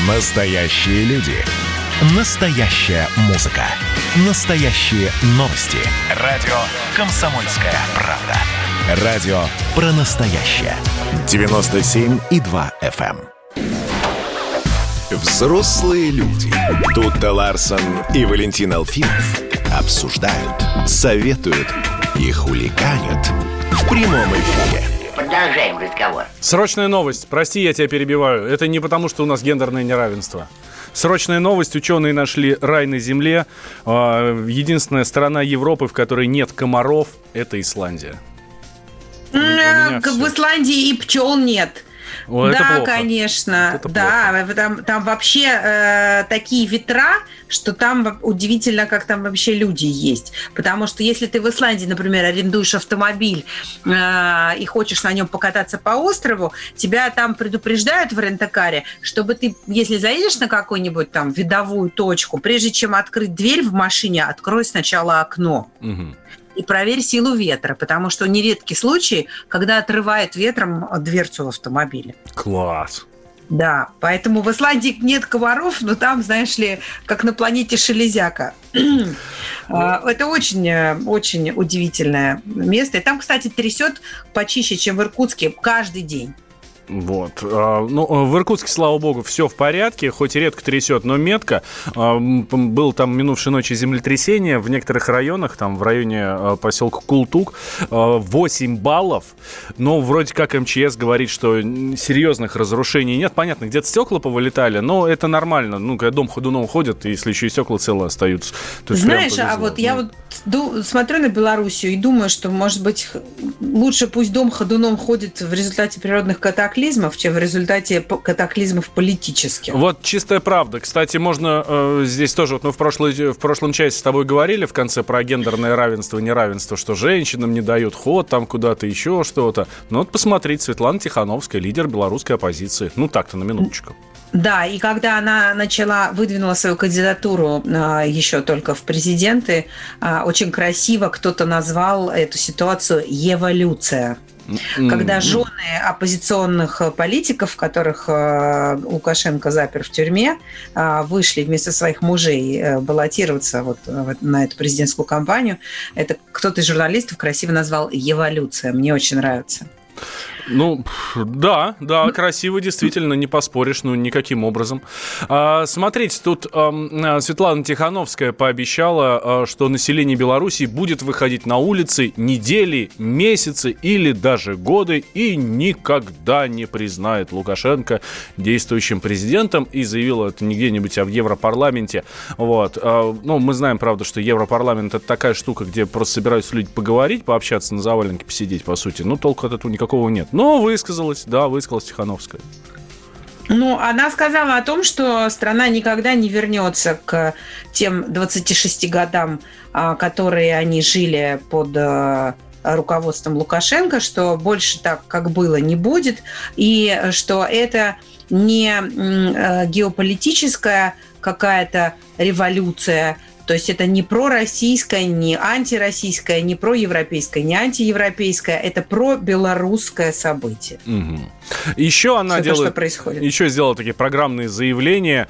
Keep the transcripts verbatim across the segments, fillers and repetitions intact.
Настоящие люди. Настоящая музыка. Настоящие новости. Радио «Комсомольская правда». Радио про настоящее. девяносто семь и два эф эм. Взрослые люди. Тутта Ларсон и Валентин Алфимов обсуждают, советуют и хулиганят в прямом эфире. Продолжаем разговор. Срочная новость. Прости, я тебя перебиваю. Это не потому, что у нас гендерное неравенство. Срочная новость. Ученые нашли рай на Земле. Единственная страна Европы, в которой нет комаров, это Исландия. В Исландии и пчел нет. О, да, конечно. Это да, там, там вообще э, такие ветра, что там удивительно, как там вообще люди есть. Потому что если ты в Исландии, например, арендуешь автомобиль э, и хочешь на нем покататься по острову, тебя там предупреждают в рент-а-каре, чтобы ты, если заедешь на какую-нибудь там видовую точку, прежде чем открыть дверь в машине, открой сначала окно. Угу. И проверь силу ветра, потому что нередки случаи, когда отрывает ветром дверцу в автомобиле. Класс. Да, поэтому в Исландии нет комаров, но там, знаешь ли, как на планете Шелезяка. Это очень, очень удивительное место. И там, кстати, трясет почище, чем в Иркутске, каждый день. Вот. Ну, в Иркутске, слава богу, все в порядке, хоть и редко трясет, но метко. Было там минувшей ночью землетрясение в некоторых районах, там в районе поселка Култук, восемь баллов. Но вроде как эм че эс говорит, что серьезных разрушений нет. Понятно, где-то стекла повылетали, но это нормально. Ну, когда дом ходуном ходит, если еще и стекла целые остаются. Знаешь, а вот я вот смотрю на Белоруссию и думаю, что, может быть, лучше пусть дом ходуном ходит в результате природных катаклизмов, чем в результате катаклизмов политических. Вот чистая правда. Кстати, можно э, здесь тоже, вот мы в, прошлой, в прошлом часе с тобой говорили в конце про гендерное равенство и неравенство, что женщинам не дают ход, там куда-то еще что-то. Ну вот посмотрите, Светлана Тихановская, лидер белорусской оппозиции. Ну так-то, на минуточку. Да, и когда она начала, выдвинула свою кандидатуру а, еще только в президенты, а, очень красиво кто-то назвал эту ситуацию «эволюция». Mm-hmm. Когда жены оппозиционных политиков, которых э, Лукашенко запер в тюрьме, э, вышли вместо своих мужей э, баллотироваться вот, э, на эту президентскую кампанию, это кто-то из журналистов красиво назвал «эволюция». Мне очень нравится. Ну, да, да, красиво, действительно, не поспоришь, ну, никаким образом. А, смотрите, тут а, Светлана Тихановская пообещала, а, что население Беларуси будет выходить на улицы недели, месяцы или даже годы и никогда не признает Лукашенко действующим президентом, и заявила это не где-нибудь, а в Европарламенте. Вот. А, ну, мы знаем, правда, что Европарламент — это такая штука, где просто собираются люди поговорить, пообщаться, на заваленке посидеть, по сути. Ну, толку от этого никакого нет. Но высказалась, да, высказалась Тихановская. Ну, она сказала о том, что страна никогда не вернется к тем двадцати шести годам, которые они жили под руководством Лукашенко, что больше так, как было, не будет, и что это не геополитическая какая-то революция, то есть это не пророссийская, не антироссийская, не проевропейская, не антиевропейская, это пробелорусское событие. Угу. Еще она делает, то, еще сделала такие программные заявления,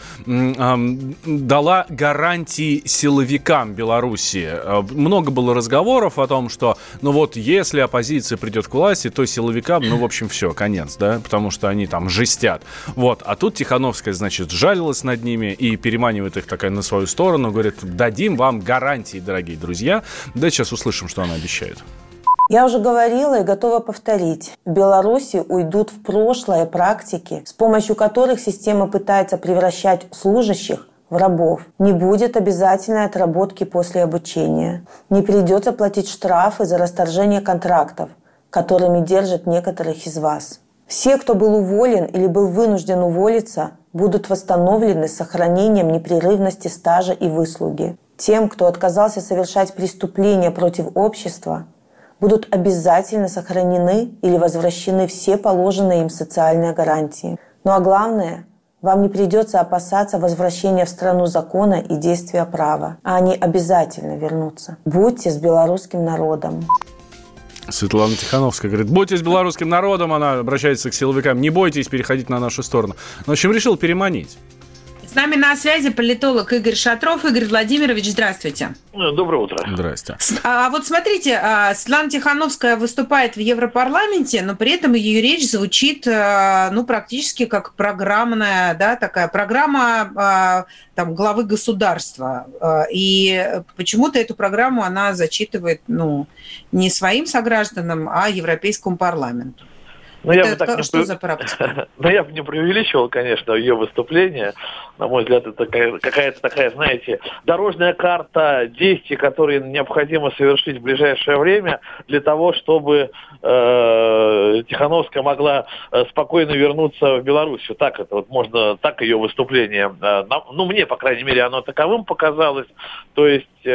дала гарантии силовикам Беларуси. Много было разговоров о том, что, ну вот, если оппозиция придет к власти, то силовикам, ну, в общем, все, конец, да, потому что они там жестят. Вот, а тут Тихановская, значит, жалилась над ними и переманивает их такая на свою сторону, говорит, дадим вам гарантии, дорогие друзья. Давайте сейчас услышим, что она обещает. Я уже говорила и готова повторить. В Беларуси уйдут в прошлое практики, с помощью которых система пытается превращать служащих в рабов. Не будет обязательной отработки после обучения. Не придется платить штрафы за расторжение контрактов, которыми держат некоторых из вас. Все, кто был уволен или был вынужден уволиться, будут восстановлены с сохранением непрерывности стажа и выслуги. Тем, кто отказался совершать преступления против общества, будут обязательно сохранены или возвращены все положенные им социальные гарантии. Ну а главное, вам не придется опасаться возвращения в страну закона и действия права, а они обязательно вернутся. Будьте с белорусским народом. Светлана Тихановская говорит, будьте с белорусским народом, она обращается к силовикам, не бойтесь переходить на нашу сторону. Ну, в общем, решил переманить. С нами на связи политолог Игорь Шатров. Игорь Владимирович, здравствуйте. Доброе утро. Здрасте. А вот смотрите, Светлана Тихановская выступает в Европарламенте, но при этом ее речь звучит, ну, практически как программная, да, такая программа там главы государства. И почему-то эту программу она зачитывает, ну, не своим согражданам, а Европейскому парламенту. Ну, это я бы так не что pre... за практика? Ну, я бы не преувеличивал, конечно, ее выступление. На мой взгляд, это какая-то такая, знаете, дорожная карта действий, которые необходимо совершить в ближайшее время для того, чтобы э, Тихановская могла спокойно вернуться в Белоруссию. Так это вот можно, так ее выступление, э, ну, мне, по крайней мере, оно таковым показалось. То есть э,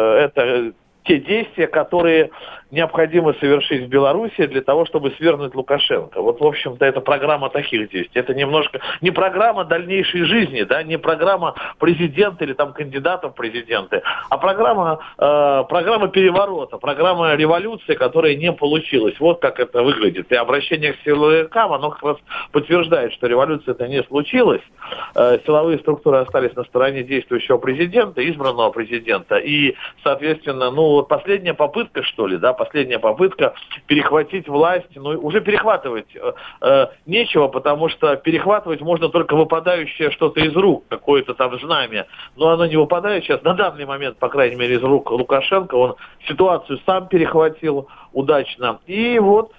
это те действия, которые необходимо совершить в Беларуси для того, чтобы свергнуть Лукашенко. Вот, в общем-то, это программа таких действий. Это немножко не программа дальнейшей жизни, да, не программа президента или там кандидата в президенты, а программа, э, программа переворота, программа революции, которая не получилась. Вот как это выглядит. И обращение к силовикам, оно как раз подтверждает, что революция-то не случилась. Э, силовые структуры остались на стороне действующего президента, избранного президента. И, соответственно, ну, вот последняя попытка, что ли, да, последняя попытка перехватить власть, ну, уже перехватывать э, э, нечего, потому что перехватывать можно только выпадающее что-то из рук, какое-то там знамя, но оно не выпадает сейчас, на данный момент, по крайней мере, из рук Лукашенко, он ситуацию сам перехватил удачно, и вот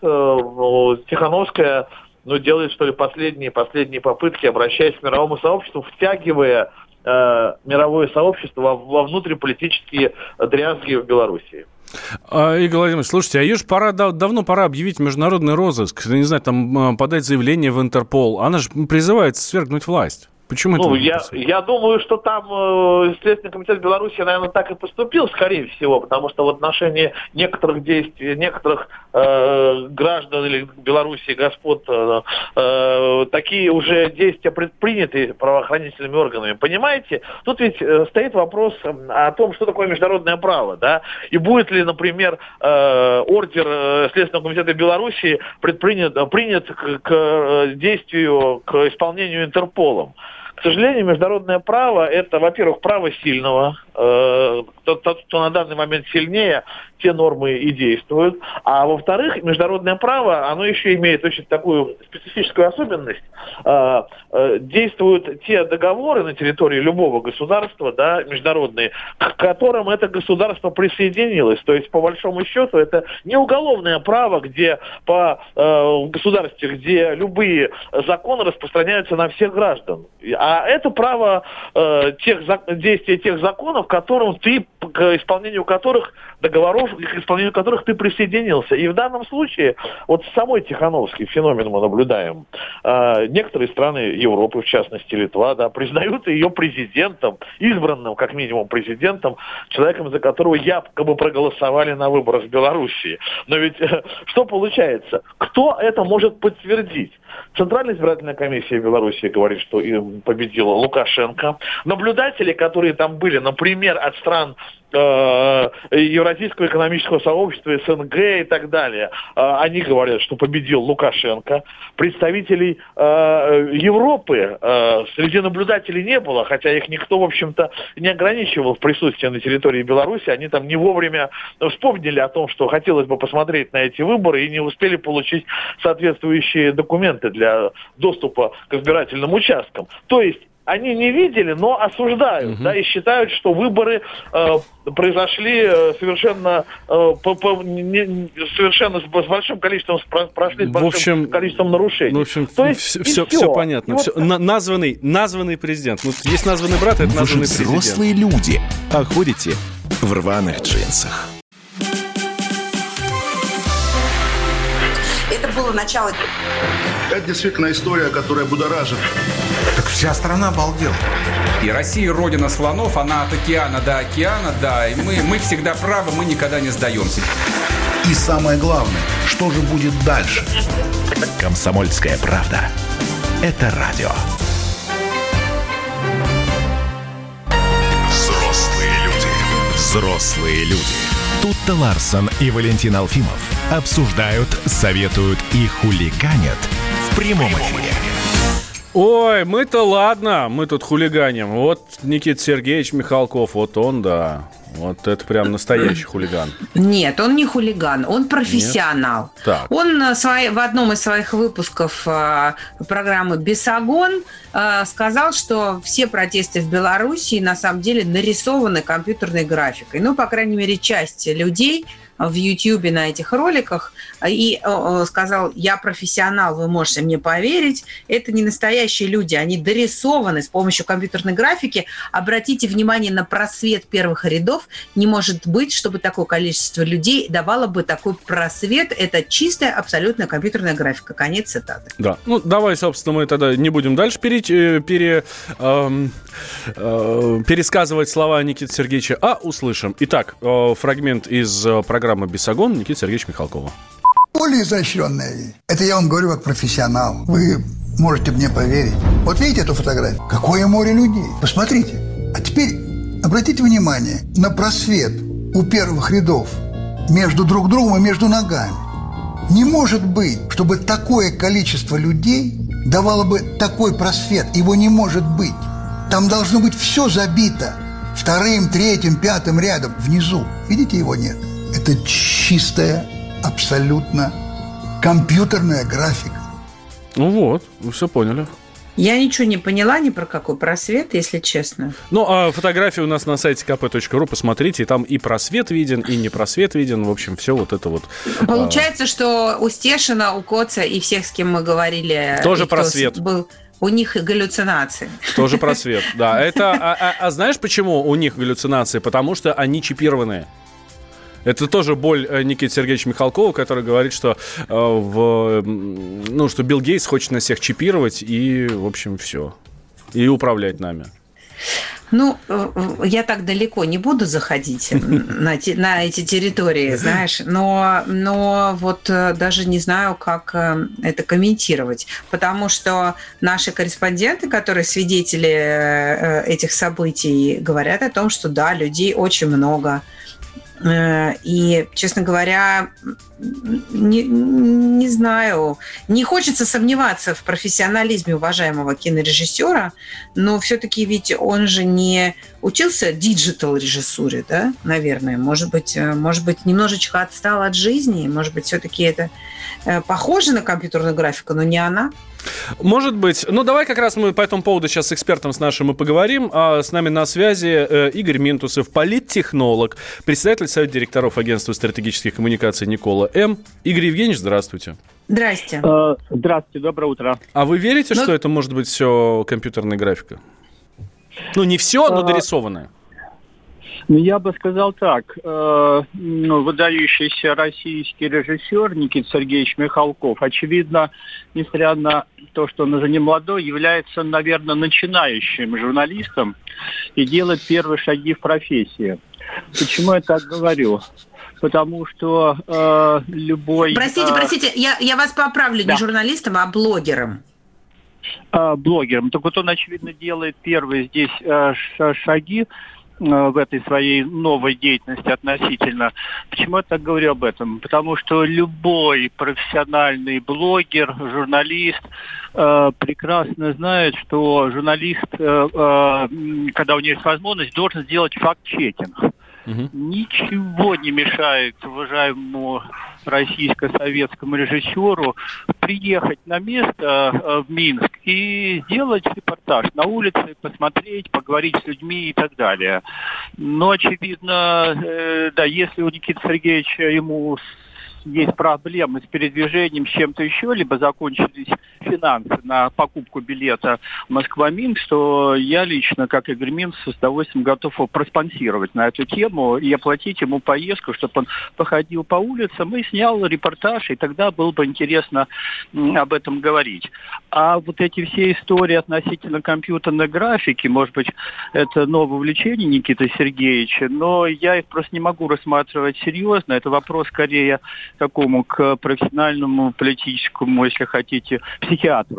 э, Тихановская, ну, делает, что ли, последние, последние попытки, обращаясь к мировому сообществу, втягивая э, мировое сообщество во, во внутриполитические дрязги в Белоруссии. Игорь Владимирович, слушайте, а ее же пора, давно пора объявить международный розыск, не знаю, там подать заявление в Интерпол. Она же призывает свергнуть власть. Почему ну, это? Я, я думаю, что там э, Следственный комитет Беларуси, наверное, так и поступил, скорее всего, потому что в отношении некоторых действий, некоторых э, граждан или Беларуси, господ, э, э, такие уже действия предприняты правоохранительными органами. Понимаете? Тут ведь э, стоит вопрос о том, что такое международное право, да, и будет ли, например, э, ордер э, Следственного комитета Беларуси предпринят, принят к, к действию, к исполнению Интерполом. К сожалению, международное право – это, во-первых, право сильного, э, тот, тот, кто на данный момент сильнее, те нормы и действуют. А во-вторых, международное право, оно еще имеет очень такую специфическую особенность. Э, э, действуют те договоры на территории любого государства, да, международные, к которым это государство присоединилось. То есть, по большому счету, это не уголовное право, где по э, государстве, где любые законы распространяются на всех граждан. А это право э, тех, действия тех законов, которым ты, к исполнению которых договоров, к исполнению которых ты присоединился. И в данном случае, вот с самой Тихановской феномен мы наблюдаем. Э, некоторые страны Европы, в частности Литва, да, признают ее президентом, избранным как минимум президентом, человеком, за которого якобы проголосовали на выборах в Белоруссии. Но ведь э, что получается? Кто это может подтвердить? Центральная избирательная комиссия Беларуси говорит, что им победил Лукашенко. Наблюдатели, которые там были, например, от стран э, Евразийского экономического сообщества, СНГ и так далее, э, они говорят, что победил Лукашенко. Представителей э, Европы э, среди наблюдателей не было, хотя их никто, в общем-то, не ограничивал в присутствии на территории Беларуси. Они там не вовремя вспомнили о том, что хотелось бы посмотреть на эти выборы, и не успели получить соответствующие документы для доступа к избирательным участкам. То есть они не видели, но осуждают, угу. да, и считают, что выборы э, произошли совершенно, э, по, по, не, совершенно с, с большим количеством, прошли с большим в общем, количеством нарушений. В общем, То есть, все, все, все понятно. Все, вот... названный, названный президент. Ну, есть названный брат, это названный президент. Вы же взрослые люди, а ходите в рваных джинсах. Это было начало. Это действительно история, которая будоражит. Так вся страна обалдела. И Россия родина слонов, она от океана до океана, да, и мы, мы всегда правы, мы никогда не сдаемся. И самое главное, что же будет дальше? Комсомольская правда. Это радио. Взрослые люди. Взрослые люди. Тут-то Ларсон и Валентин Алфимов обсуждают, советуют и хулиганят в прямом эфире. Ой, мы-то ладно, мы тут хулиганим. Вот Никита Сергеевич Михалков, вот он, да. Вот это прям настоящий хулиган. Нет, он не хулиган, он профессионал. Так. Он в одном из своих выпусков программы «Бесогон» сказал, что все протесты в Беларуси на самом деле нарисованы компьютерной графикой. Ну, по крайней мере, часть людей в Ютьюбе на этих роликах, и сказал: я профессионал, вы можете мне поверить, это не настоящие люди, они дорисованы с помощью компьютерной графики. Обратите внимание на просвет первых рядов, не может быть, чтобы такое количество людей давало бы такой просвет, это чистая, абсолютно компьютерная графика. Конец цитаты. Да, ну давай, собственно, мы тогда не будем дальше пере, пере, э, э, пересказывать слова Никиты Сергеевича, а услышим. Итак, э, фрагмент из программы «Бесогон» Никиты Сергеевича Михалкова. Более изощренная. Это я вам говорю как профессионал. Вы можете мне поверить. Вот видите эту фотографию? Какое море людей. Посмотрите. А теперь обратите внимание на просвет у первых рядов между друг другом и между ногами. Не может быть, чтобы такое количество людей давало бы такой просвет. Его не может быть. Там должно быть все забито вторым, третьим, пятым рядом внизу. Видите, его нет. Это чистая, абсолютно компьютерная графика. Ну вот, вы все поняли. Я ничего не поняла ни про какой просвет, если честно. Ну, а фотографии у нас на сайте ка пэ точка ру, посмотрите, там и просвет виден, и не просвет виден, в общем, все вот это вот. Получается, а... что у Стешина, у Коца и всех, с кем мы говорили... Тоже просвет. Был... У них галлюцинации. Тоже просвет, да. Это, а, а, а знаешь, почему у них галлюцинации? Потому что они чипированные. Это тоже боль Никиты Сергеевича Михалкова, который говорит, что, э, в, ну, что Билл Гейтс хочет нас всех чипировать и, в общем, все. И управлять нами. Ну, я так далеко не буду заходить на, те, на эти территории, знаешь, но, но вот даже не знаю, как это комментировать, потому что наши корреспонденты, которые свидетели этих событий, говорят о том, что да, людей очень много. И, честно говоря, не, не знаю, не хочется сомневаться в профессионализме уважаемого кинорежиссера, но все-таки ведь он же не учился диджитал-режиссуре, да, наверное. Может быть, может быть, немножечко отстал от жизни, может быть, все-таки это похоже на компьютерную графику, но не она. Может быть. Ну, давай как раз мы по этому поводу сейчас с экспертом с нашим и поговорим. А с нами на связи э, Игорь Минтусов, политтехнолог, председатель Совета директоров Агентства стратегических коммуникаций Никола М. Игорь Евгеньевич, здравствуйте. Здрасте. Здравствуйте, доброе утро. А вы верите, но... что это может быть все компьютерная графика? Ну, не все, но дорисованное. Ну, я бы сказал так. Э, ну, выдающийся российский режиссер Никита Сергеевич Михалков, очевидно, несмотря на то, что он уже не молодой, является, наверное, начинающим журналистом и делает первые шаги в профессии. Почему я так говорю? Потому что э, любой... Простите, э, простите, я, я вас поправлю, да. Не журналистом, а блогером. Э, блогером. Так вот он, очевидно, делает первые здесь э, шаги в этой своей новой деятельности относительно. Почему я так говорю об этом? Потому что любой профессиональный блогер, журналист э, прекрасно знает, что журналист, э, э, когда у него есть возможность, должен сделать факт-чекинг. Угу. Ничего не мешает уважаемому российско-советскому режиссеру приехать на место э, в Минск и сделать репортаж на улице, посмотреть, поговорить с людьми и так далее. Но, очевидно, э, да, если у Никиты Сергеевича ему есть проблемы с передвижением, с чем-то еще, либо закончились финансы на покупку билета Москва-Минск, то я лично, как Игорь Минтусов, с удовольствием готов его проспонсировать на эту тему и оплатить ему поездку, чтобы он походил по улицам и снял репортаж, и тогда было бы интересно об этом говорить. А вот эти все истории относительно компьютерной графики, может быть, это новое увлечение Никиты Сергеевича, но я их просто не могу рассматривать серьезно. Это вопрос скорее такому к профессиональному, политическому, если хотите, психиатру.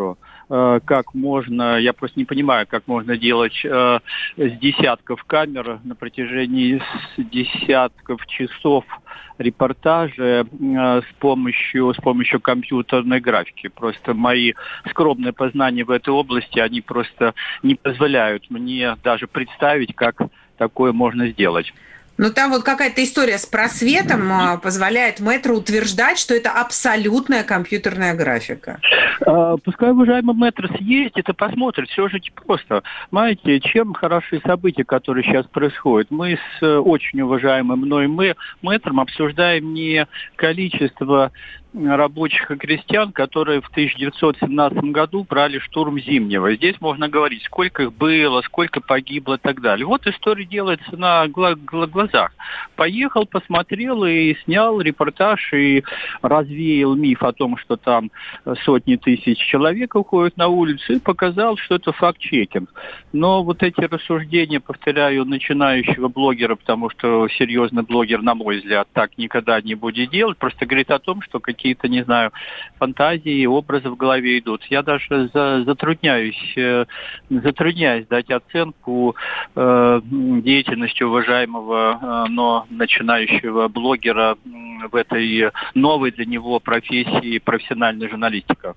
как можно, я просто не понимаю, как можно делать с десятков камер на протяжении десятков часов репортажа с помощью, с помощью компьютерной графики. Просто мои скромные познания в этой области, они просто не позволяют мне даже представить, как такое можно сделать. Ну, там вот какая-то история с просветом а, позволяет мэтру утверждать, что это абсолютная компьютерная графика. А, пускай уважаемый мэтр съездит это посмотрит. Все же просто. Знаете, чем хороши события, которые сейчас происходят? Мы с очень уважаемым мной мы, мэтром обсуждаем не количество рабочих и крестьян, которые в тысяча девятьсот семнадцатом году брали штурм Зимнего. Здесь можно говорить, сколько их было, сколько погибло и так далее. Вот история делается на глазах. Поехал, посмотрел и снял репортаж и развеял миф о том, что там сотни тысяч человек уходят на улицу, и показал, что это факт-чекинг. Но вот эти рассуждения, повторяю, начинающего блогера, потому что серьезный блогер, на мой взгляд, так никогда не будет делать, просто говорит о том, что какие какие-то, не знаю, фантазии, образы в голове идут. Я даже за, затрудняюсь, э, затрудняюсь дать оценку э, деятельности уважаемого, э, но начинающего блогера э, в этой новой для него профессии профессиональной журналистика.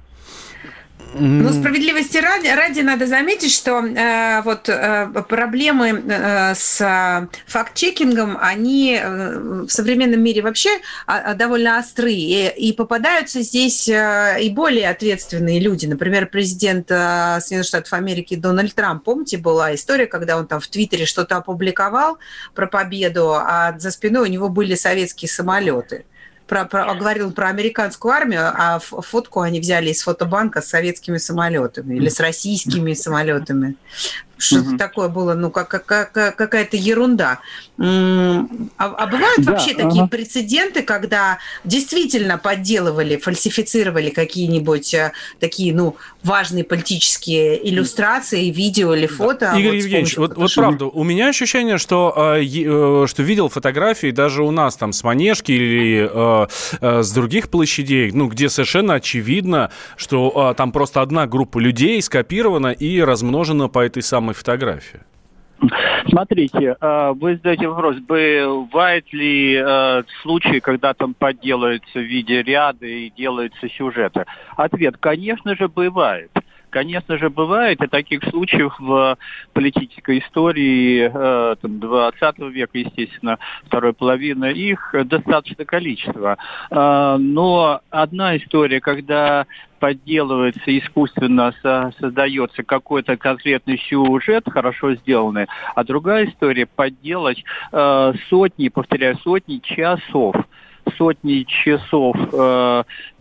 Ну, справедливости ради, ради надо заметить, что э, вот э, проблемы э, с факт-чекингом, они э, в современном мире вообще э, довольно остры. И, и попадаются здесь э, и более ответственные люди. Например, президент э, Соединенных Штатов Америки Дональд Трамп. Помните, была история, когда он там в Твиттере что-то опубликовал про победу, а за спиной у него были советские самолеты. Про, про, говорил про американскую армию, а фотку они взяли из фотобанка с советскими самолетами или с российскими самолетами. Что-то mm-hmm. такое было, ну, как, как, как, какая-то ерунда. А, а бывают да, вообще ага. такие прецеденты, когда действительно подделывали, фальсифицировали какие-нибудь такие, ну, важные политические иллюстрации, видео или фото? Игорь вот Евгеньевич, вот, вот правда, у меня ощущение, что, э, что видел фотографии даже у нас там с Манежки или э, э, с других площадей, ну, где совершенно очевидно, что э, там просто одна группа людей скопирована и размножена по этой самой фотографии. Смотрите, вы задаете вопрос, бывают ли случаи, когда там подделываются видеоряды и делаются сюжеты? Ответ, конечно же, бывает. Конечно же, бывает, и таких случаев в политической истории э, там, двадцатого века, естественно, второй половины, их достаточное количество. Э, но одна история, когда подделывается, искусственно со- создается какой-то конкретный сюжет, хорошо сделанный, а другая история подделать э, сотни, повторяю, сотни часов. сотни часов э,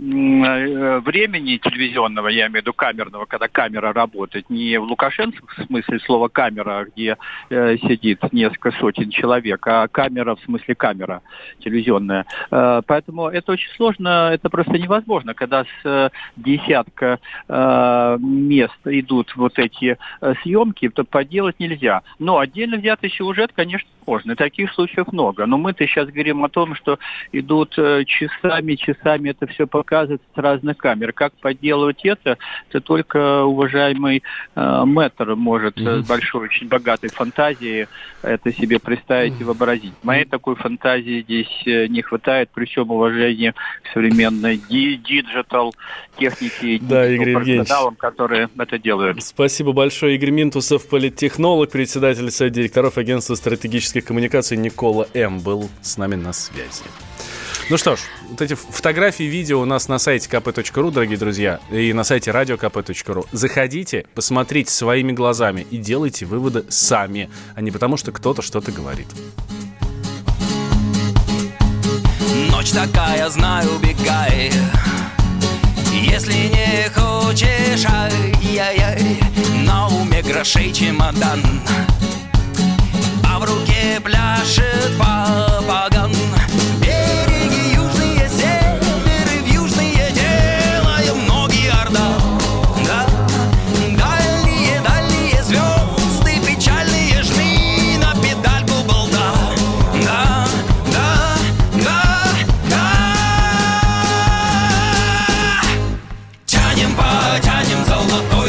времени телевизионного, я имею в виду камерного, когда камера работает, не в лукашенском смысле слова камера, где э, сидит несколько сотен человек, а камера в смысле камера телевизионная. Э, поэтому это очень сложно, это просто невозможно, когда с э, десятка э, мест идут вот эти э, съемки, то подделать нельзя. Но отдельно взятый сюжет, конечно, можно. И таких случаев много. Но мы-то сейчас говорим о том, что идут часами, часами это все показывает с разных камер. Как подделывать это, это только уважаемый э, мэтр может mm-hmm. с большой, очень богатой фантазией это себе представить mm-hmm. и вообразить. Моей такой фантазии здесь не хватает, при всем уважении к современной диджитал технике и да, профессионалам, которые это делают. Спасибо большое. Игорь Минтусов, политтехнолог, председатель совета директоров агентства стратегических коммуникаций Никола М. был с нами на связи. Ну что ж, вот эти фотографии, видео у нас на сайте ка пэ точка ру, дорогие друзья, и на сайте радио ка пэ точка ру. Заходите, посмотрите своими глазами и делайте выводы сами, а не потому, что кто-то что-то говорит. Ночь такая, знаю, убегай. Если не хочешь, ай-яй-яй, на уме грошей чемодан, а в руке пляшет попаган. Береги южные, северы в южные, делаем ноги орда. Да, дальние, дальние звезды печальные, жми на педальку болта. Да, да, да, да. Тянем, потянем золотой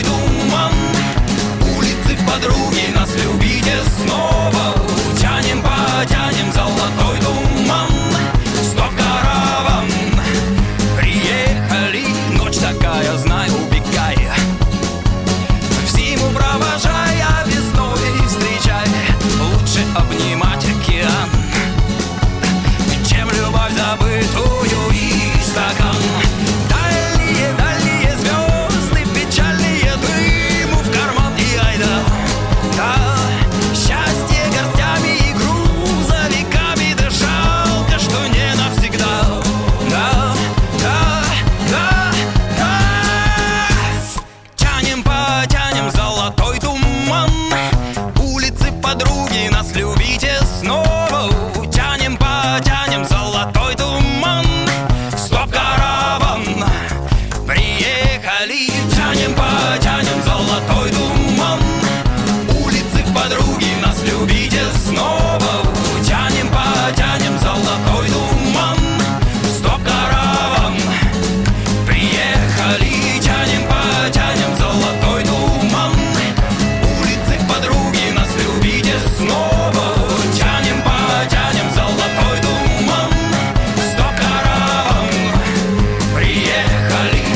подруги, нас любите снова. Тянем, потянем золотой туман. Стоп, караван, приехали. Ночь такая, знаю, убегай. В зиму провожай, а весной встречай. Лучше обнимать океан, чем любовь забытую и стакан. Дальние, дальние звезды, печальные дыму в карман и айда. Да, счастье горстями и грузовиками, да жалко, что не навсегда. Да, да, да, да. Тянем, потянем золотой туман. Улицы, подруги, нас любите снова. Тянем, потянем золотой туман. Стоп, караван, приехали. Тянем, потянем золотой туман. Улицы, подруги, нас любите снова. Тянем, потянем золотой туман. Стоп, караван, приехали. Тянем, потянем золотой туман. Улицы, подруги, нас любите снова. Тянем, потянем золотой туман. Стоп, караван, приехали.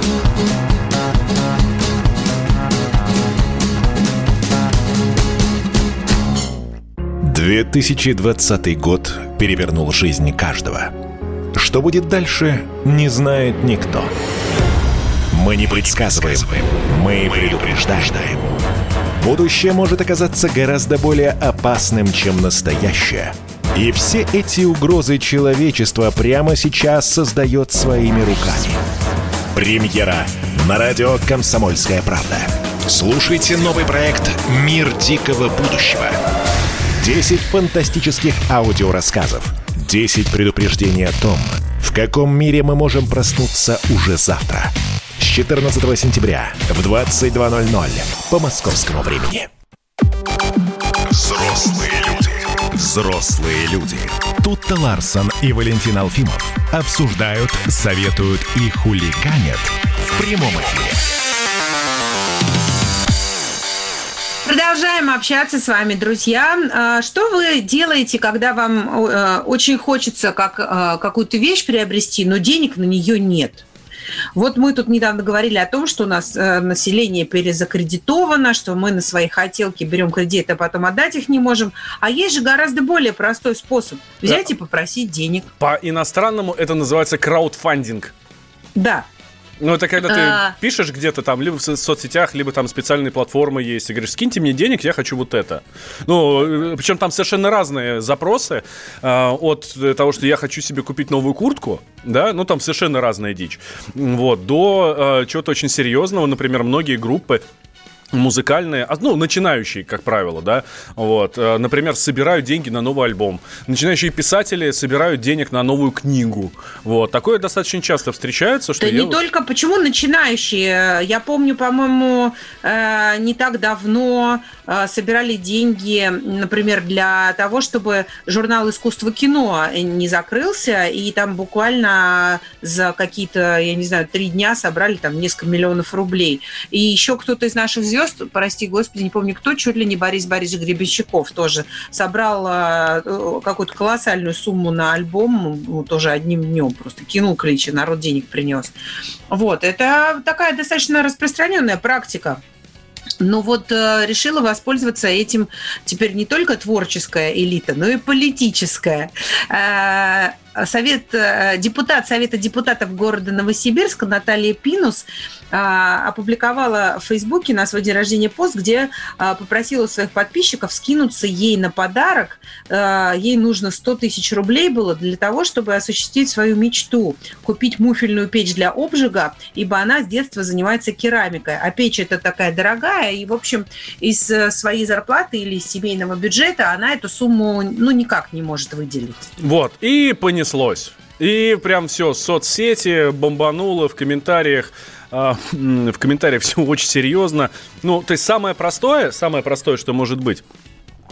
две тысячи двадцатый год перевернул жизнь каждого. Что будет дальше, не знает никто. Мы не предсказываем, мы предупреждаем. Будущее может оказаться гораздо более опасным, чем настоящее. И все эти угрозы человечество прямо сейчас создает своими руками. Премьера на радио «Комсомольская правда». Слушайте новый проект «Мир дикого будущего». десять фантастических аудиорассказов. десять предупреждений о том, в каком мире мы можем проснуться уже завтра. С четырнадцатого сентября в двадцать два ноль ноль по московскому времени. Взрослые люди. Взрослые люди. Тутта Ларсон и Валентин Алфимов обсуждают, советуют и хулиганят в прямом эфире. Продолжаем общаться с вами, друзья. Что вы делаете, когда вам очень хочется как, какую-то вещь приобрести, но денег на нее нет? Вот мы тут недавно говорили о том, что у нас население перезакредитовано, что мы на свои хотелки берем кредиты, а потом отдать их не можем. А есть же гораздо более простой способ. Взять да. и попросить денег. По-иностранному это называется краудфандинг. Да. Ну, это когда ты а... пишешь где-то там, либо в соцсетях, либо там специальные платформы есть, и говоришь, скиньте мне денег, я хочу вот это. Ну, причем там совершенно разные запросы, э, от того, что я хочу себе купить новую куртку, да, ну, там совершенно разная дичь, вот, до э, чего-то очень серьезного, например, многие группы музыкальные, ну, начинающие, как правило, да, вот, например, собирают деньги на новый альбом. Начинающие писатели собирают денег на новую книгу. Вот, такое достаточно часто встречается, что... Да я... не только, почему начинающие? Я помню, по-моему, не так давно собирали деньги, например, для того, чтобы журнал «Искусство кино» не закрылся, и там буквально за какие-то, я не знаю, три дня собрали там несколько миллионов рублей. И еще кто-то из наших звезд, прости господи, не помню кто, чуть ли не Борис Борисович Гребенщиков тоже собрал какую-то колоссальную сумму на альбом, ну, тоже одним днем, просто кинул клич, народ денег принес. Вот, это такая достаточно распространенная практика. Но вот э, решила воспользоваться этим теперь не только творческая элита, но и политическая. Э, совет, э, депутат Совета депутатов города Новосибирска Наталья Пинус э, опубликовала в Фейсбуке на свой день рождения пост, где э, попросила своих подписчиков скинуться ей на подарок. Э, ей нужно сто тысяч рублей было для того, чтобы осуществить свою мечту – купить муфельную печь для обжига, ибо она с детства занимается керамикой. А печь это такая дорогая, и, в общем, из своей зарплаты или из семейного бюджета она эту сумму, ну, никак не может выделить. Вот, и понеслось. И прям все, соцсети бомбануло в комментариях. Э, в комментариях все очень серьезно. Ну, то есть самое простое, самое простое, что может быть,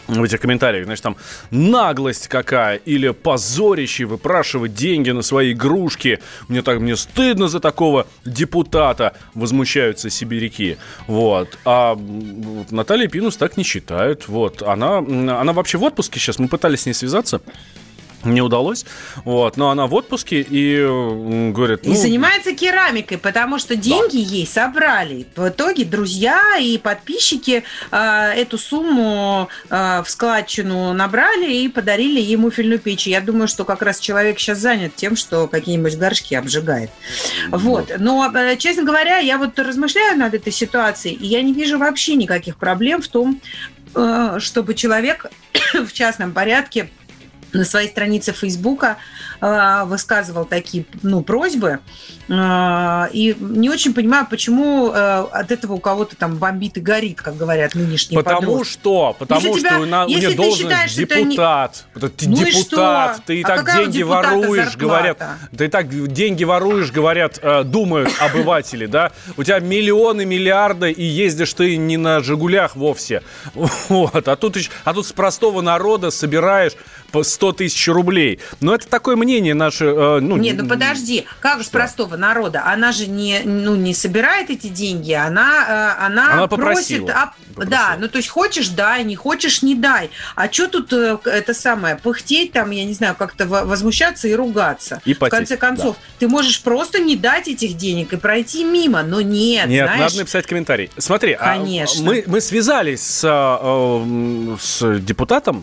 в этих комментариях, значит, там наглость какая, или позорище выпрашивать деньги на свои игрушки. Мне так, мне стыдно за такого депутата, возмущаются сибиряки. Вот. А вот, Наталья Пинус так не считает. Вот. Она, она вообще в отпуске сейчас, мы пытались с ней связаться. Не удалось, вот, но она в отпуске и говорит... Ну... И занимается керамикой, потому что деньги да. ей собрали. В итоге друзья и подписчики э, эту сумму э, в складчину набрали и подарили ей муфельную печь. Я думаю, что как раз человек сейчас занят тем, что какие-нибудь горшки обжигает. Вот. Но, э, честно говоря, я вот размышляю над этой ситуацией, и я не вижу вообще никаких проблем в том, э, чтобы человек в частном порядке на своей странице Фейсбука э, высказывал такие, ну, просьбы. Э, и не очень понимаю, почему э, от этого у кого-то там бомбит и горит, как говорят нынешние потому подростки. Что? Потому если что тебя, у нее должность считаешь, депутат. Не... Ты ну депутат, ты и а так деньги воруешь, говорят. Ты и так деньги воруешь, говорят, э, думают обыватели, да? У тебя миллионы, миллиарды, и ездишь ты не на «Жигулях» вовсе. Вот. А тут, а тут с простого народа собираешь по сто тысяч рублей. Но это такое мнение наше... Э, ну, Нет, ну подожди, как же простого народа? Она же не, ну, не собирает эти деньги, она, э, она, она просит... А, да, ну то есть хочешь — дай, не хочешь — не дай. А что тут э, это самое, пыхтеть там, я не знаю, как-то возмущаться и ругаться? И потеть, в конце концов, да. Ты можешь просто не дать этих денег и пройти мимо, но нет, Нет, знаешь... надо написать комментарий. Смотри, Конечно. А, мы, мы связались с, э, с депутатом,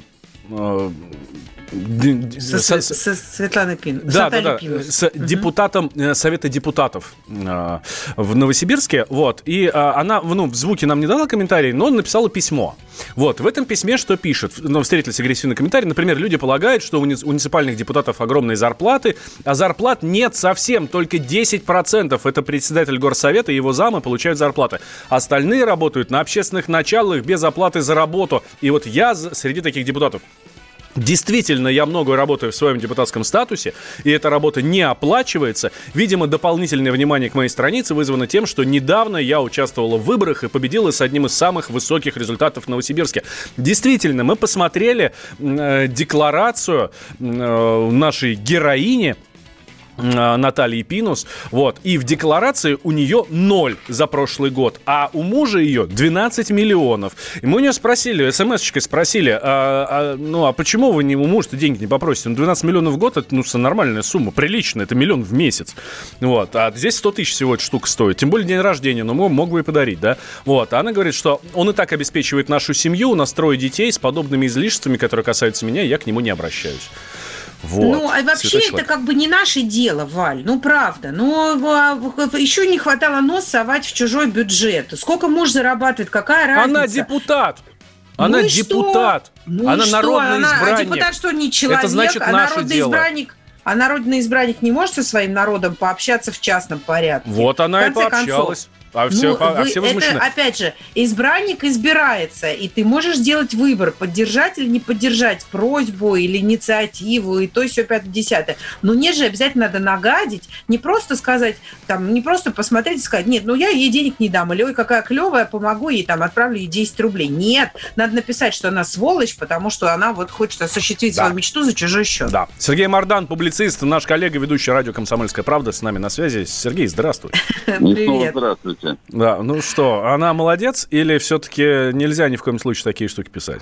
Со, со, со Светланой Пин. Да, да, да, с угу. депутатом Совета депутатов э, в Новосибирске. Вот. И э, она, ну, в звуке нам не дала комментарий, но написала письмо. Вот. В этом письме что пишет? Ну, встретились агрессивные комментарии. Например, люди полагают, что у муниципальных депутатов огромные зарплаты, а зарплат нет совсем, только десять процентов. Это председатель горсовета и его замы получают зарплаты. Остальные работают на общественных началах без оплаты за работу. И вот я среди таких депутатов. Действительно, я много работаю в своем депутатском статусе, и эта работа не оплачивается. Видимо, дополнительное внимание к моей странице вызвано тем, что недавно я участвовала в выборах и победила с одним из самых высоких результатов в Новосибирске. Действительно, мы посмотрели э, декларацию э, нашей героини, Натальи Пинус, вот, и в декларации у нее ноль за прошлый год, а у мужа ее двенадцать миллионов. И мы у нее спросили, смс-очкой спросили, а, а, ну, а почему вы не, у мужа-то деньги не попросите? Ну, двенадцать миллионов в год, это, ну, нормальная сумма, приличная, это миллион в месяц, вот, а здесь сто тысяч всего эта штука стоит, тем более день рождения, но мог бы и подарить, да, вот, а она говорит, что он и так обеспечивает нашу семью, у нас трое детей с подобными излишествами, которые касаются меня, я к нему не обращаюсь. Вот. Ну, а вообще это как бы не наше дело, Валь, ну, правда. Но еще не хватало нос совать в чужой бюджет. Сколько муж зарабатывает, какая разница? Она депутат. Она ну депутат. Ну она народный она, избранник. А депутат что, не человек? Это значит а наше народный дело. избранник, а народный избранник не может со своим народом пообщаться в частном порядке? Вот она и пообщалась. Концов, А все, ну, а вы, все возмущены. Это, опять же, избранник избирается, и ты можешь сделать выбор, поддержать или не поддержать просьбу или инициативу, и то, и все, пятое, десятое. Но не же обязательно надо нагадить, не просто сказать, там, не просто посмотреть и сказать, нет, ну я ей денег не дам, или ой, какая клевая, помогу ей, там, отправлю ей десять рублей. Нет, надо написать, что она сволочь, потому что она вот хочет осуществить да. свою мечту за чужой счет. Да. Сергей Мордан, публицист, наш коллега, ведущий радио «Комсомольская правда», с нами на связи. Сергей, здравствуй. Привет. Здравствуйте. Да, ну что, она молодец или все-таки нельзя ни в коем случае такие штуки писать?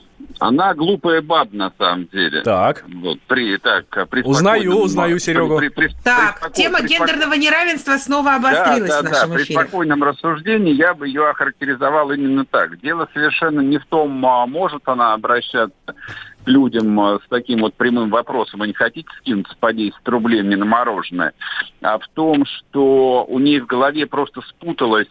Она глупая баба, на самом деле. Так. Вот, при, так при узнаю, узнаю Серегу. При, при, при, так, при, тема при, гендерного при... неравенства снова обострилась да, в да, нашем да. эфире. При спокойном рассуждении я бы ее охарактеризовал именно так. Дело совершенно не в том, может она обращаться к людям с таким вот прямым вопросом, вы не хотите скинуться по десять рублей мне на мороженое, а в том, что у нее в голове просто спуталось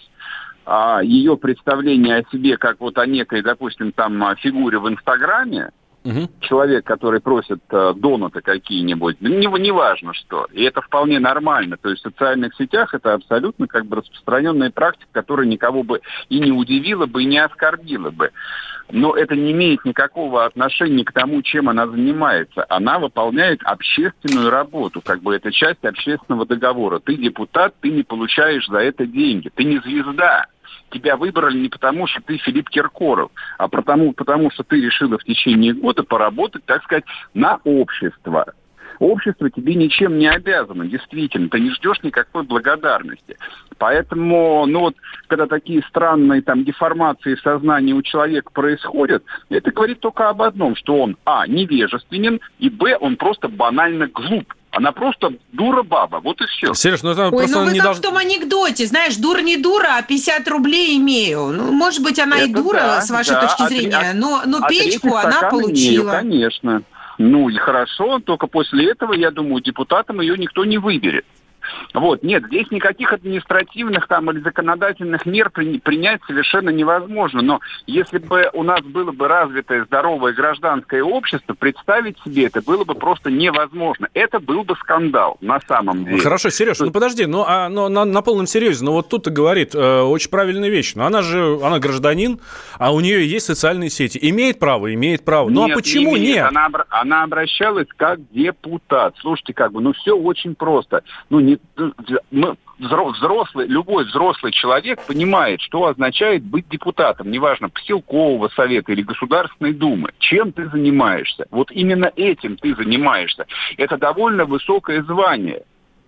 а, ее представление о себе как вот о некой, допустим, там фигуре в Инстаграме, угу. человек, который просит а, донаты какие-нибудь, не, не важно что, и это вполне нормально, то есть в социальных сетях это абсолютно как бы распространенная практика, которая никого бы и не удивила бы, и не оскорбила бы. Но это не имеет никакого отношения к тому, чем она занимается. Она выполняет общественную работу, как бы это часть общественного договора. Ты депутат, ты не получаешь за это деньги, ты не звезда. тебя выбрали не потому, что ты Филипп Киркоров, а потому, потому что ты решила в течение года поработать, так сказать, на общество. Общество тебе ничем не обязано, действительно. Ты не ждешь никакой благодарности. Поэтому, ну вот, когда такие странные там деформации в сознании у человека происходят, это говорит только об одном, что он, а, невежественен, и, б, он просто банально глуп. Она просто дура-баба, вот и все. Сереж, ну это Ой, просто ну вы не как должно... в том анекдоте, знаешь, дура не дура, а пятьдесят рублей имею. Ну, может быть, она Это и дура, да, с вашей да, точки а зрения, три- но, но а печку третий она стакан получила. имею, конечно. Ну и хорошо, только после этого, я думаю, депутатом ее никто не выберет. Вот, нет, здесь никаких административных там или законодательных мер при, принять совершенно невозможно. Но если бы у нас было бы развитое здоровое гражданское общество, представить себе это было бы просто невозможно. Это был бы скандал на самом деле. Хорошо, Сереж, ну подожди, ну а но на, на полном серьезе, ну вот тут-то говорит э, очень правильную вещь. Но она же, она гражданин, а у нее есть социальные сети. Имеет право, имеет право. Ну нет, а почему не имеет. нет? Она, она обращалась как депутат. Слушайте, как бы, ну все очень просто. Ну не мы, взрослый, любой взрослый человек понимает, что означает быть депутатом, неважно, поселкового совета или Государственной Думы. Чем ты занимаешься? Вот именно этим ты занимаешься. Это довольно высокое звание.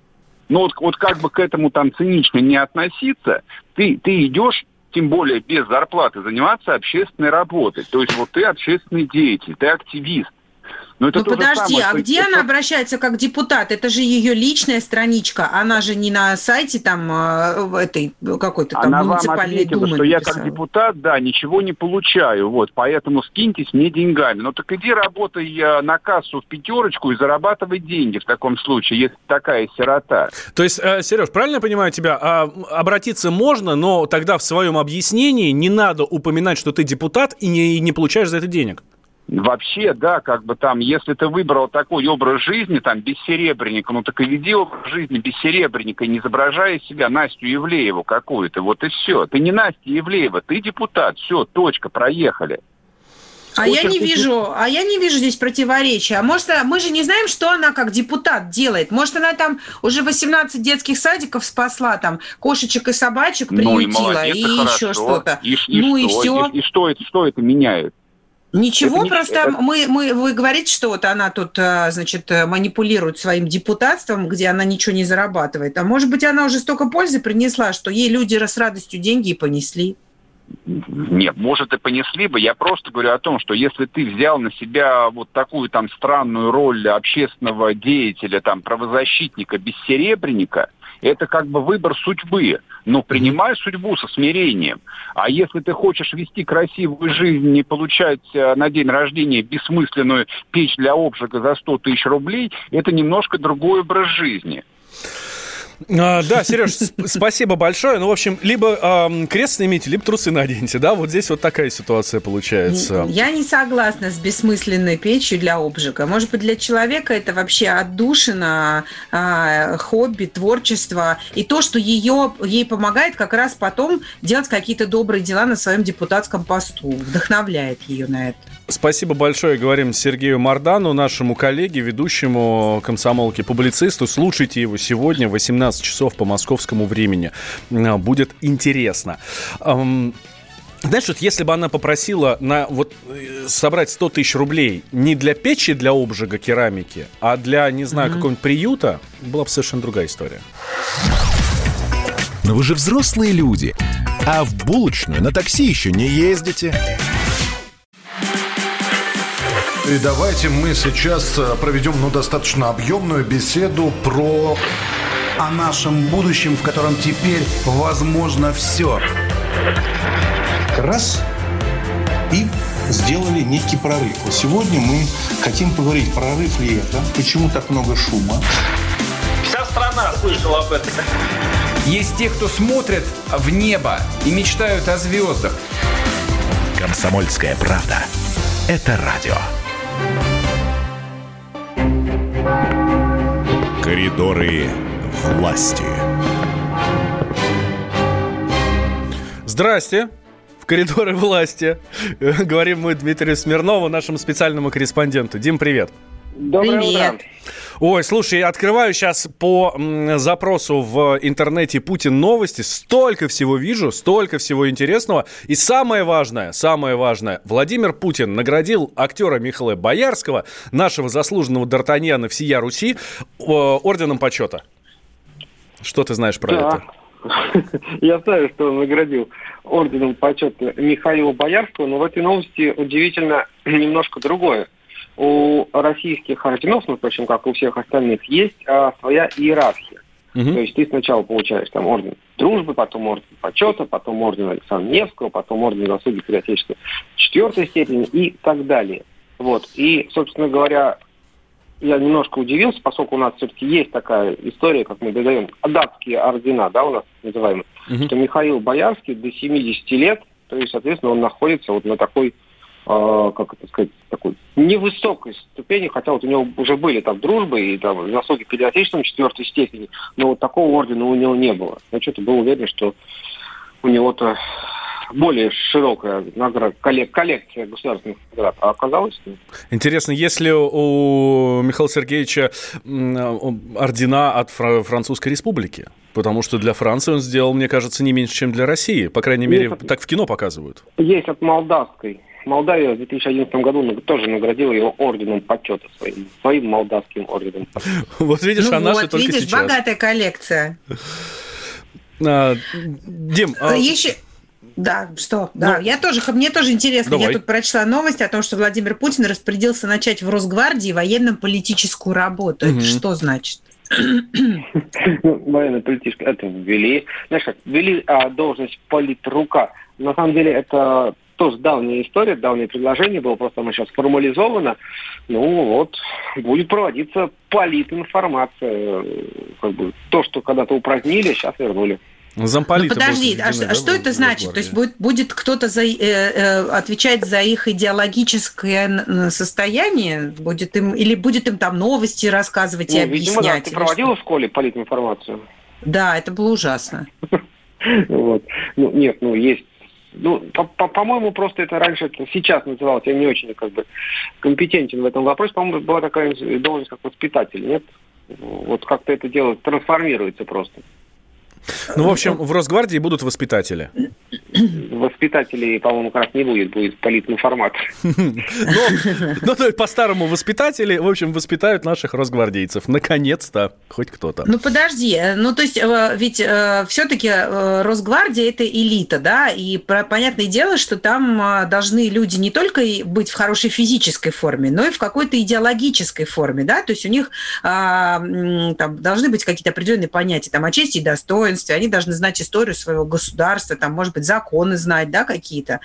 Но вот, вот как бы к этому там цинично не относиться, ты, ты идешь, тем более без зарплаты, заниматься общественной работой. То есть вот ты общественный деятель, ты активист. Но это ну подожди, самое, а что где это... она обращается как депутат? Это же ее личная страничка, она же не на сайте там этой какой-то там она муниципальной думы. Она вам ответила, думы что я написала. как депутат, да, ничего не получаю, вот, поэтому скиньтесь мне деньгами. Ну так иди работай на кассу в пятерочку и зарабатывай деньги в таком случае, если такая сирота. То есть, Сереж, правильно я понимаю тебя, обратиться можно, но тогда в своем объяснении не надо упоминать, что ты депутат и не, и не получаешь за это денег? Вообще, да, как бы там, если ты выбрал такой образ жизни, там, без серебряника, ну так и веди образ жизни без серебряника, не изображая себя Настю Ивлееву какую-то, вот и все. Ты не Настя Ивлеева, ты депутат, все, точка, проехали. А я не вижу, а я не вижу здесь противоречия. А может, мы же не знаем, что она как депутат делает. Может, она там уже восемнадцать детских садиков спасла, там кошечек и собачек приютила, ну, и, молодец, и хорошо. еще что-то. И, и ну что? и все. И, и что это, что это меняет? Ничего, это просто это... мы, мы, вы говорите, что вот она тут, значит, манипулирует своим депутатством, где она ничего не зарабатывает. А может быть, она уже столько пользы принесла, что ей люди с радостью деньги и понесли. Нет, может, и понесли бы. Я просто говорю о том, что если ты взял на себя вот такую там странную роль общественного деятеля, там, правозащитника, бессеребренника, это как бы выбор судьбы. Но принимай судьбу со смирением. А если ты хочешь вести красивую жизнь и получать на день рождения бессмысленную печь для обжига за сто тысяч рублей, это немножко другой образ жизни. А, да, Сереж, спасибо большое. Ну, в общем, либо э, крест снимите, либо трусы наденьте, да? Вот здесь вот такая ситуация получается. Я не согласна с бессмысленной печью для обжига. Может быть, для человека это вообще отдушина, э, хобби, творчество. И то, что ее, ей помогает как раз потом делать какие-то добрые дела на своем депутатском посту. Вдохновляет ее на это. Спасибо большое, говорим Сергею Мардану, нашему коллеге, ведущему комсомолки, публицисту. Слушайте его сегодня в восемнадцать часов по московскому времени. Будет интересно. Знаешь, вот если бы она попросила на, вот, собрать сто тысяч рублей не для печи, для обжига керамики, а для, не знаю, mm-hmm. какого-нибудь приюта, была бы совершенно другая история. Но вы же взрослые люди, а в булочную на такси еще не ездите. И давайте мы сейчас проведем, ну, достаточно объемную беседу про... о нашем будущем, в котором теперь возможно все. Раз и сделали некий прорыв. Вот сегодня мы хотим поговорить, прорыв ли это, почему так много шума. Вся страна слышала об этом. Есть те, кто смотрят в небо и мечтают о звездах. «Комсомольская правда» — это радио. Коридоры власти. Здрасте. В коридоры власти. Говорим мы Дмитрию Смирнову, нашему специальному корреспонденту. Дим, привет. Доброе Привет. утро. Ой, слушай, я открываю сейчас по м, запросу в интернете «Путин новости». Столько всего вижу, столько всего интересного. И самое важное, самое важное. Владимир Путин наградил актера Михаила Боярского, нашего заслуженного д'Артаньяна всея Руси, орденом почета. Что ты знаешь про да. это? Я знаю, что он наградил орденом почета Михаила Боярского, но в этой новости удивительно немножко другое. У российских орденов, ну, впрочем, как у всех остальных, есть а, своя иерархия. Угу. То есть ты сначала получаешь там орден дружбы, потом орден почета, потом орден Александра Невского, потом орден заслуги перед Отечеством четвертой степени и так далее. Вот. И, собственно говоря, я немножко удивился, поскольку у нас все-таки есть такая история, как мы додаем, датские ордена, да, у нас называемые, угу. что Михаил Боярский до семидесяти лет, то есть, соответственно, он находится вот на такой, э, как это сказать, такой невысокой ступени, хотя вот у него уже были там дружбы и там заслуги перед Отечеством четвертой степени, но вот такого ордена у него не было. Я что-то был уверен, что у него-то более широкая наград, коллек, коллекция государственных наград, а оказалось нет. Интересно, если у Михаила Сергеевича ордена от Французской Республики? Потому что для Франции он сделал, мне кажется, не меньше, чем для России. По крайней мере, есть, так в кино показывают. Есть от молдавской. Молдавия в две тысячи одиннадцатом году тоже наградила его орденом почета, своим, своим молдавским орденом почета. Вот видишь, а наши только сейчас. Видишь, богатая коллекция. Дим, еще... Да, что? Да, ну, я тоже, мне тоже интересно. Давай. Я тут прочла новость о том, что Владимир Путин распорядился начать в Росгвардии военно-политическую работу. Угу. Это что значит? Ну, военно-политическую, это ввели. Знаешь, как, ввели а, должность политрука. На самом деле это тоже давняя история, давнее предложение было, просто оно сейчас формализовано. Ну вот, будет проводиться политинформация. Как бы, то, что когда-то упразднили, сейчас вернули. Замполиты. Ну, подожди, а, да, а что это значит? То есть будет, будет кто-то за, э, э, отвечать за их идеологическое состояние? Будет им, или будет им там новости рассказывать ну, и объяснять? Видимо, да. Ты проводила в школе политинформацию? Да, это было ужасно. Вот. Ну, нет, ну, есть. Ну, по-моему, просто это раньше, сейчас называлось, я не очень как бы компетентен в этом вопросе, по-моему, была такая должность, как воспитатель, нет? Вот как-то это дело трансформируется просто. Ну, в общем, в Росгвардии будут воспитатели. Воспитателей, по-моему, как раз не будет, будет политинформатор. Ну, то есть, по-старому воспитатели, в общем, воспитают наших росгвардейцев. Наконец-то, хоть кто-то. Ну, подожди, ну, то есть, ведь все-таки Росгвардия – это элита, да, и понятное дело, что там должны люди не только быть в хорошей физической форме, но и в какой-то идеологической форме, да, то есть у них там должны быть какие-то определенные понятия, там, о чести и достоинстве, они должны знать историю своего государства, там, может быть, законы знать, да, какие-то.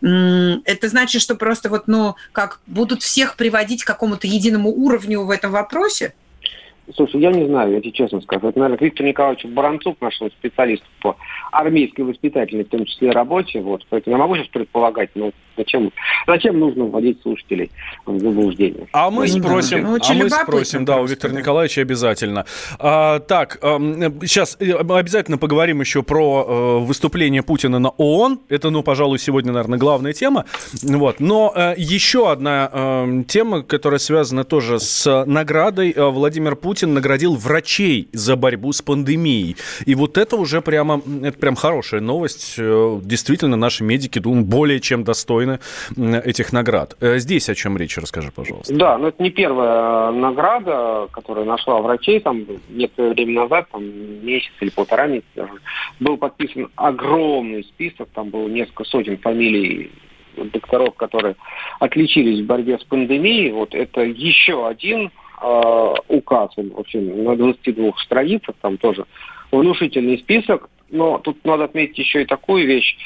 Это значит, что просто вот, ну, как будут всех приводить к какому-то единому уровню в этом вопросе? Слушай, я не знаю, я тебе честно скажу. Это, наверное, Виктор Николаевич Баранцук, нашему специалисту по армейской воспитательной, в том числе работе. Вот. Поэтому я могу сейчас предполагать, но зачем, зачем нужно вводить слушателей в заблуждение? А мы спросим, ну, а мы спросим, да, у Виктора да. Николаевича обязательно. А, так, а, сейчас обязательно поговорим еще про а, выступление Путина на ООН. Это, ну, пожалуй, сегодня, наверное, главная тема. Вот. Но а, еще одна а, тема, которая связана тоже с наградой. А, Владимир Путин наградил врачей за борьбу с пандемией. И вот это уже прямо, это прям хорошая новость. Действительно, наши медики, думаю, более чем достойны этих наград. Здесь о чем речь? Расскажи, пожалуйста. Да, но это не первая награда, которая нашла врачей. Там некоторое время назад, там месяц или полтора месяца даже, был подписан огромный список. Там было несколько сотен фамилий докторов, которые отличились в борьбе с пандемией. Вот это еще один указ, он вообще на двадцати двух страницах, там тоже внушительный список, но тут надо отметить еще и такую вещь.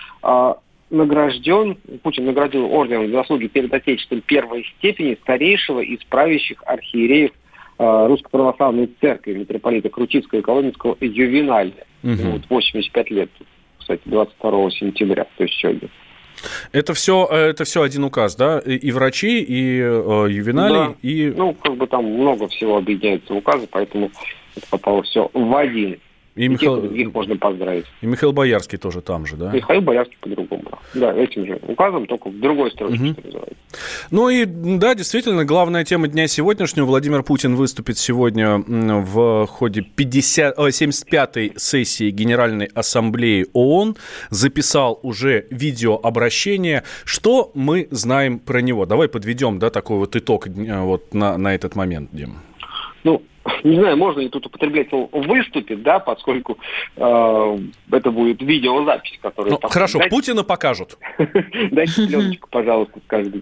Награжден, Путин наградил орденом заслуги перед Отечеством первой степени старейшего из правящих архиереев Русской Православной Церкви, митрополита Крутицкого и Коломенского Ювеналя. Угу. Вот, восемьдесят пять лет, кстати, двадцать второго сентября, то есть сегодня. Это все, это все один указ, да? И врачи, и э, ювенали, да. и... Ну, как бы там много всего объединяется в указы, поэтому это попало все в один. И, и Михаил... тех, и других можно поздравить. И Михаил Боярский тоже там же, да? Михаил Боярский по-другому. Да, этим же указом, только в другой строчке, угу. что называется. Ну и, да, действительно, главная тема дня сегодняшнего. Владимир Путин выступит сегодня в ходе пятьдесят, семьдесят пятой сессии Генеральной Ассамблеи ООН. Записал уже видеообращение. Что мы знаем про него? Давай подведем, да, такой вот итог вот на, на этот момент, Дим. Ну, не знаю, можно ли тут употреблять слово «выступит», да, поскольку э, это будет видеозапись, которая... Ну, хорошо, дайте... Путина покажут. Дайте пленочку, пожалуйста, скажет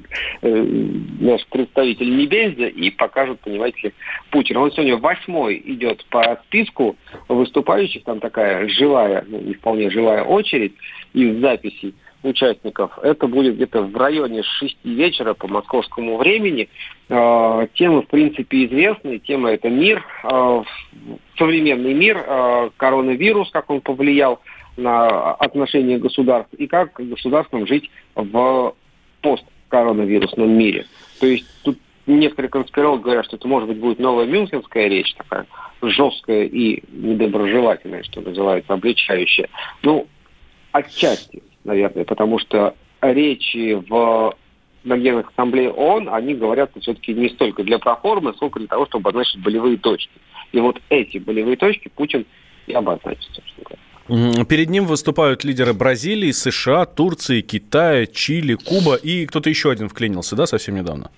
наш представитель Небензя, и покажут, понимаете ли, Путина. Он сегодня восьмой идет по списку выступающих, там такая живая, ну, не вполне живая очередь из записей участников. Это будет где-то в районе шести вечера по московскому времени. Э, тема, в принципе, известная. Тема — это мир, э, современный мир, э, коронавирус, как он повлиял на отношения государств и как государствам жить в посткоронавирусном мире. То есть тут некоторые конспирологи говорят, что это, может быть, будет новая мюнхенская речь, такая жесткая и недоброжелательная, что называется, обличающая. Ну, отчасти, наверное, потому что речи в на Генеральной Ассамблее ООН, они говорят все-таки не столько для проформы, сколько для того, чтобы обозначить болевые точки. И вот эти болевые точки Путин и обозначит, собственно говоря. Перед ним выступают лидеры Бразилии, США, Турции, Китая, Чили, Куба и кто-то еще один вклинился, да, совсем недавно?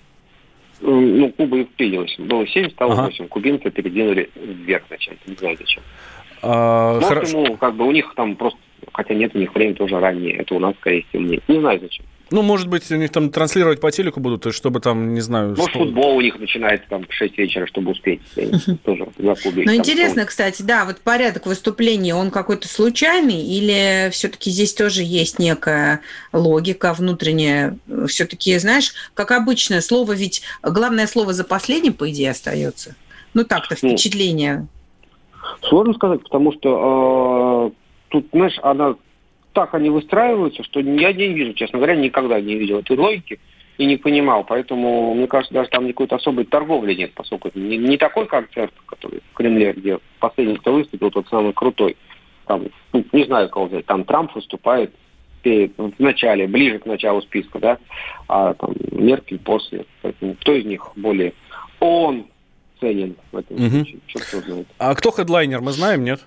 Ну, Куба и вклинилась. Было семь, стало восемь. Ага. Кубинцы передвинули вверх зачем-то, не знаю зачем. А, Может, хорошо. Ему, как бы, у них там просто, хотя нет, у них время тоже раннее, это у нас, скорее, темнее. Не знаю зачем. Ну, может быть, у них там транслировать по телеку будут, чтобы там, не знаю... Может, спол... футбол у них начинается там в шесть вечера, чтобы успеть. Тоже за Кубой. Ну, интересно, кстати, да, вот порядок выступления, он какой-то случайный или все-таки здесь тоже есть некая логика внутренняя? Все-таки, знаешь, как обычно, слово ведь... Главное слово за последним, по идее, остается. Ну, так-то впечатление. Сложно сказать, потому что э, тут, знаешь, она... Так они выстраиваются, что я не вижу, честно говоря, никогда не видел этой логики и не понимал. Поэтому, мне кажется, даже там никакой особой торговли нет, поскольку это не, не такой концерт, который в Кремле, где последний, кто выступил, тот самый крутой. Там, ну, не знаю, кого взять. Там Трамп выступает перед, в начале, ближе к началу списка, да, а там Меркель после. Поэтому кто из них более он ценен в этом угу. случае? Черт его знает. А кто хедлайнер, мы знаем, нет?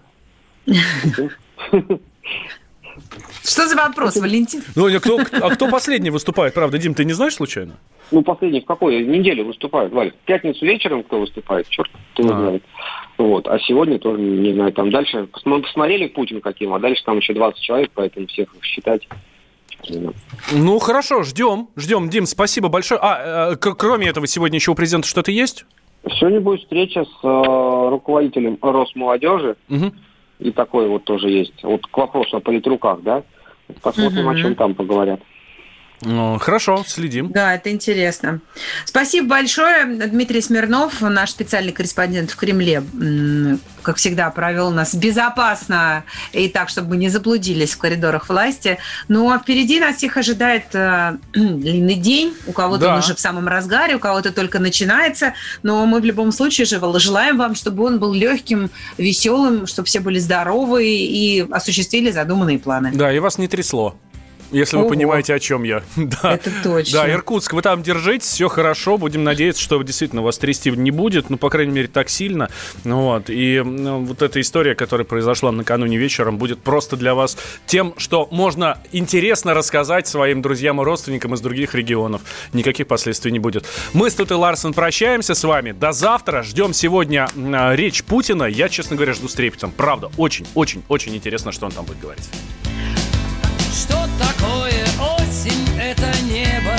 Что за вопрос, Валентин? Ну, а кто, а кто последний выступает, правда? Дим, ты не знаешь случайно? Ну, последний в какой неделе выступает, Валь? В пятницу вечером кто выступает? Черт, кто а. знает. Вот. А сегодня тоже, не знаю, там дальше... Мы посмотрели Путин каким, а дальше там еще двадцать человек, поэтому всех считать... Ну, хорошо, ждем, ждем. Дим, спасибо большое. А, а кроме этого, сегодня еще у президента что-то есть? Сегодня будет встреча с э, руководителем Росмолодежи. Угу. И такое вот тоже есть. Вот к вопросу о политруках, да? Посмотрим, угу. о чем там поговорят. Ну, хорошо, следим. Да, это интересно. Спасибо большое. Дмитрий Смирнов, наш специальный корреспондент в Кремле, как всегда, провел нас безопасно и так, чтобы мы не заблудились в коридорах власти. Ну, а впереди нас всех ожидает э, длинный день. У кого-то да. он уже в самом разгаре, у кого-то только начинается. Но мы в любом случае же желаем вам, чтобы он был легким, веселым, чтобы все были здоровы и осуществили задуманные планы. Да, и вас не трясло. Если вы Ого. понимаете, о чем я. Да. Это точно. Да, Иркутск, вы там держитесь, все хорошо. Будем надеяться, что действительно вас трясти не будет. Ну, по крайней мере, так сильно. Вот. И ну, вот эта история, которая произошла накануне вечером, будет просто для вас тем, что можно интересно рассказать своим друзьям и родственникам из других регионов. Никаких последствий не будет. Мы с Тутой Ларсен прощаемся с вами. До завтра. Ждем сегодня э, речь Путина. Я, честно говоря, жду с трепетом. Правда, очень-очень-очень интересно, что он там будет говорить. Что такое осень? Это небо,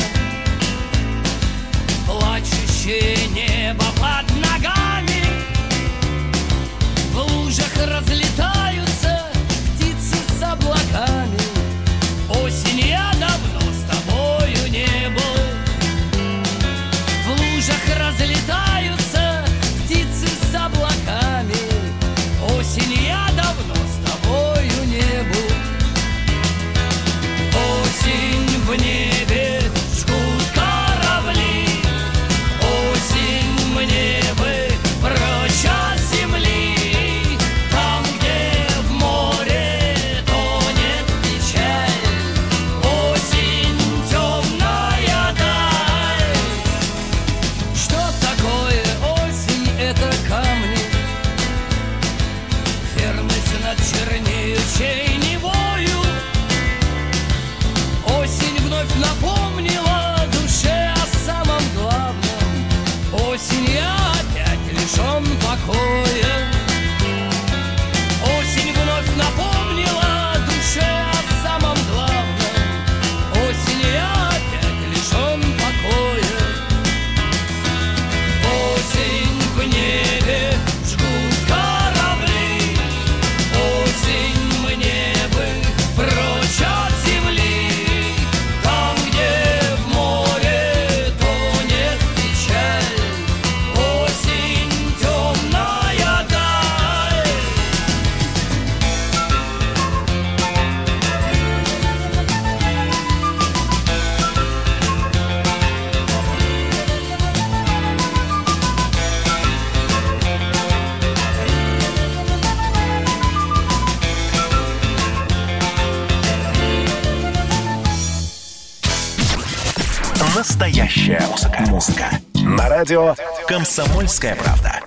плачущее небо под ногами. В лужах разлетаются птицы с облаками. Осень, я давно с тобою не был. В лужах разлетаются птицы с облаками. Осень, я давно с тобою не был. Настоящая музыка. Музыка. На радио «Комсомольская правда».